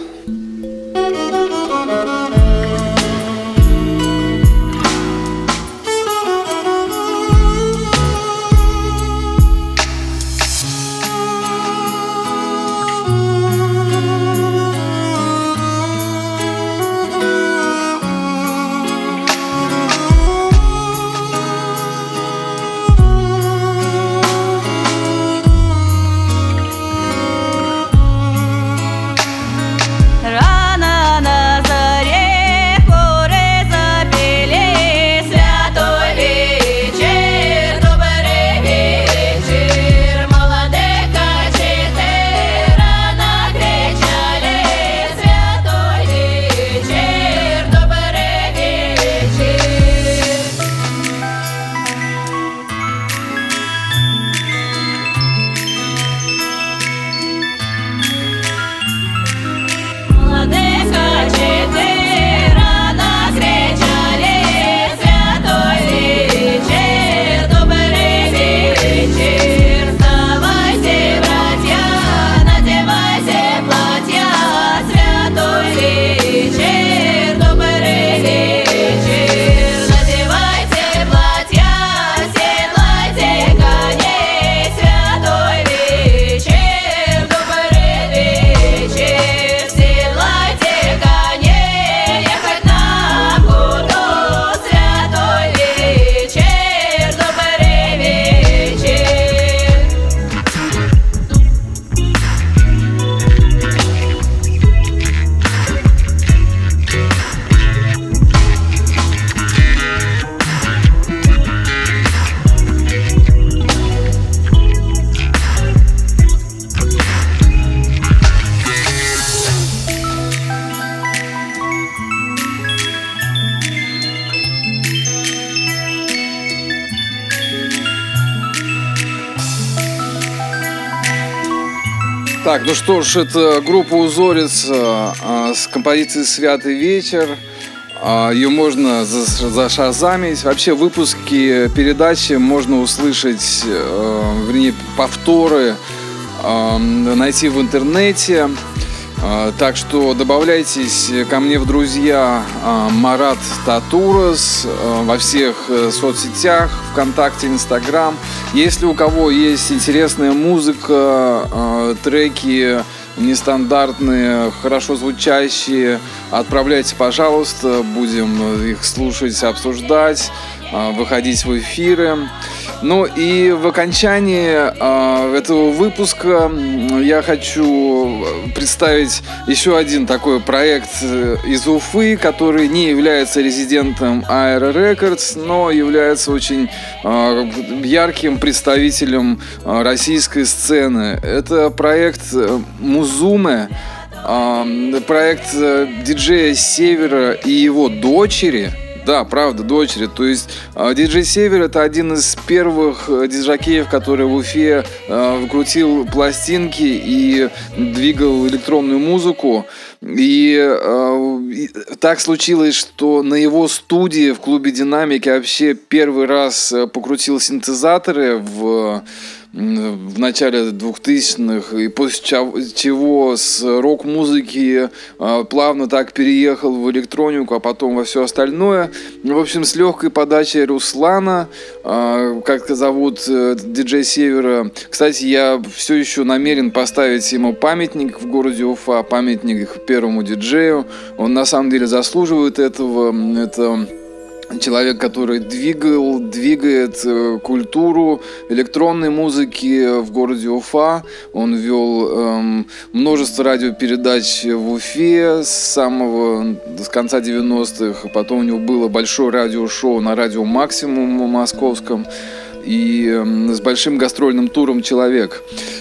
A: Так, ну что ж, это группа «Узорица» с композицией «Святый вечер». Ее можно зашазамить. Вообще выпуски передачи можно услышать, вернее, повторы найти в интернете. Так что добавляйтесь ко мне в друзья Марат Татурос во всех соцсетях, ВКонтакте, Инстаграм. Если у кого есть интересная музыка, треки нестандартные, хорошо звучащие, отправляйте, пожалуйста, будем их слушать, обсуждать, выходить в эфиры. Ну и в окончании э, этого выпуска я хочу представить еще один такой проект из Уфы, который не является резидентом Aero Records, но является очень э, ярким представителем э, российской сцены. Это проект Музуме, э, проект э, диджея Севера и его дочери. Да, правда, дочери. То есть диджей Север — это один из первых диджакеев, который в Уфе э, крутил пластинки и двигал электронную музыку. И, э, и так случилось, что на его студии в клубе «Динамики» вообще первый раз покрутил синтезаторы в... в начале двухтысячных, и после чего с рок-музыки э, плавно так переехал в электронику, а потом во все остальное. В общем, с легкой подачей Руслана, э, как зовут э, диджей Севера. Кстати, я все еще намерен поставить ему памятник в городе Уфа, памятник первому диджею. Он на самом деле заслуживает этого. Это человек, который двигал, двигает э, культуру электронной музыки в городе Уфа. Он вел эм, множество радиопередач в Уфе с самого, с конца девяностых. Потом у него было большое радиошоу на радио «Максимум» московском. И э, с большим гастрольным туром «Человек».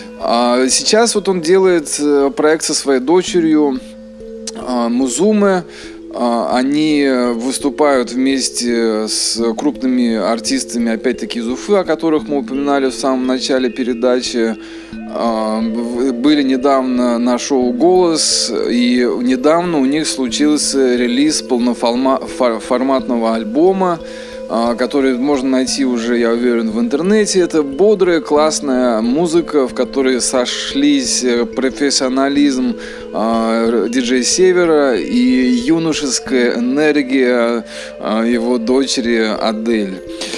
A: А сейчас вот он делает проект со своей дочерью э, Музуме. Они выступают вместе с крупными артистами, опять-таки, из Уфы, о которых мы упоминали в самом начале передачи. Были недавно на шоу «Голос», и недавно у них случился релиз полноформатного альбома, который можно найти уже, я уверен, в интернете. Это бодрая, классная музыка, в которой сошлись профессионализм э, диджея Севера и юношеская энергия э, его дочери Адель.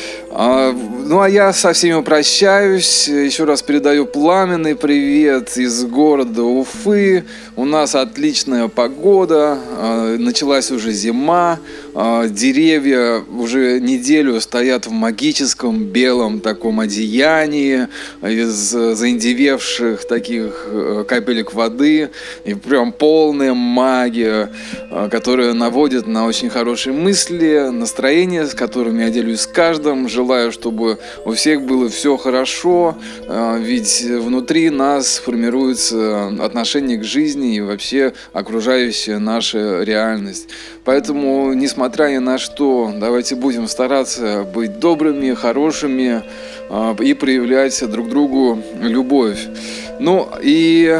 A: Ну, а я со всеми прощаюсь. Еще раз передаю пламенный привет из города Уфы. У нас отличная погода. Началась уже зима. Деревья уже неделю стоят в магическом белом таком одеянии из заиндевевших таких капелек воды. И прям полная магия, которая наводит на очень хорошие мысли, настроения, с которыми я делюсь с каждым. Желаю, чтобы у всех было все хорошо, ведь внутри нас формируется отношение к жизни и вообще окружающая наша реальность. Поэтому, несмотря ни на что, давайте будем стараться быть добрыми, хорошими и проявлять друг другу любовь. Ну и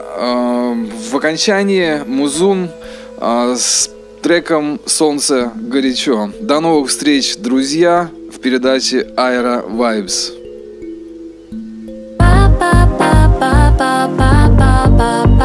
A: в окончании Музум с треком «Солнце горячо». До новых встреч, друзья, в передаче Aero Vibes.
D: Ba ba ba ba ba ba ba ba.